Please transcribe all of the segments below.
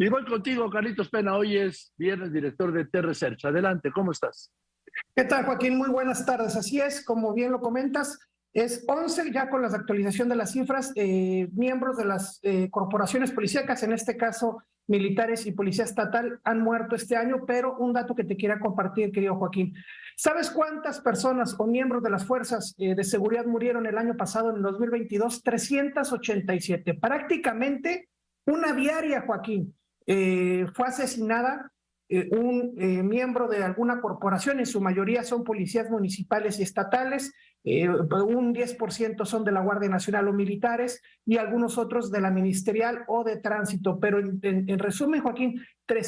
Y voy contigo, Carlitos Pena. Hoy es viernes, director de T-Research. Adelante, ¿cómo estás? ¿Qué tal, Joaquín? Muy buenas tardes. Así es, como bien lo comentas, es 11 ya con la actualización de las cifras, miembros de las corporaciones policíacas, en este caso militares y policía estatal, han muerto este año, pero un dato que te quiera compartir, querido Joaquín. ¿Sabes cuántas personas o miembros de las fuerzas de seguridad murieron el año pasado, en el 2022? 387, prácticamente una diaria, Joaquín. Fue asesinada un miembro de alguna corporación, en su mayoría son policías municipales y estatales, un 10% son de la Guardia Nacional o militares y algunos otros de la ministerial o de tránsito. Pero en resumen, Joaquín,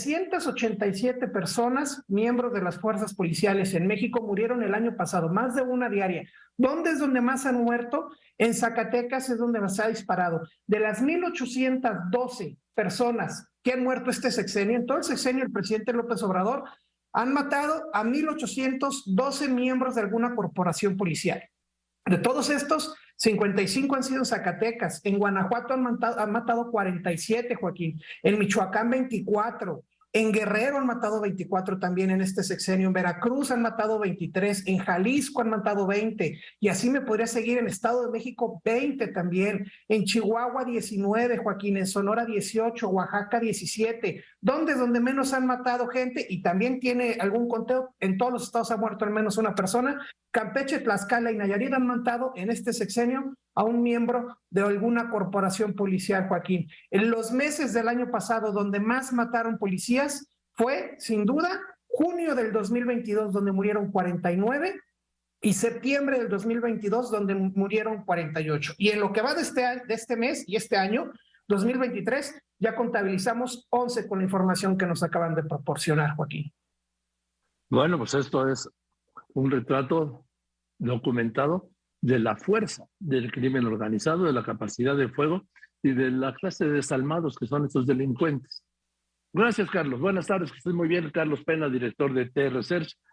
387 personas, miembros de las fuerzas policiales en México, murieron el año pasado, más de una diaria. ¿Dónde es donde más han muerto? En Zacatecas es donde más se ha disparado. De las 1,812 personas que han muerto este sexenio, en todo el sexenio el presidente López Obrador, han matado a 1,812 miembros de alguna corporación policial. De todos estos, 55 han sido en Zacatecas. En Guanajuato han matado 47, Joaquín. En Michoacán, 24. En Guerrero han matado 24 también en este sexenio. En Veracruz han matado 23. En Jalisco han matado 20. Y así me podría seguir. En Estado de México, 20 también. En Chihuahua, 19, Joaquín. En Sonora, 18. Oaxaca, 17. ¿Dónde es donde menos han matado gente? Y también tiene algún conteo. En todos los estados ha muerto al menos una persona. Campeche, Tlaxcala y Nayarit han matado en este sexenio a un miembro de alguna corporación policial, Joaquín. En los meses del año pasado, donde más mataron policías, fue, sin duda, junio del 2022, donde murieron 49, y septiembre del 2022, donde murieron 48. Y en lo que va de este mes y este año, 2023, ya contabilizamos 11 con la información que nos acaban de proporcionar, Joaquín. Bueno, pues esto es un retrato documentado de la fuerza del crimen organizado, de la capacidad de fuego y de la clase de desalmados que son estos delincuentes. Gracias, Carlos. Buenas tardes, que estés muy bien. Carlos Pena, director de T-Research.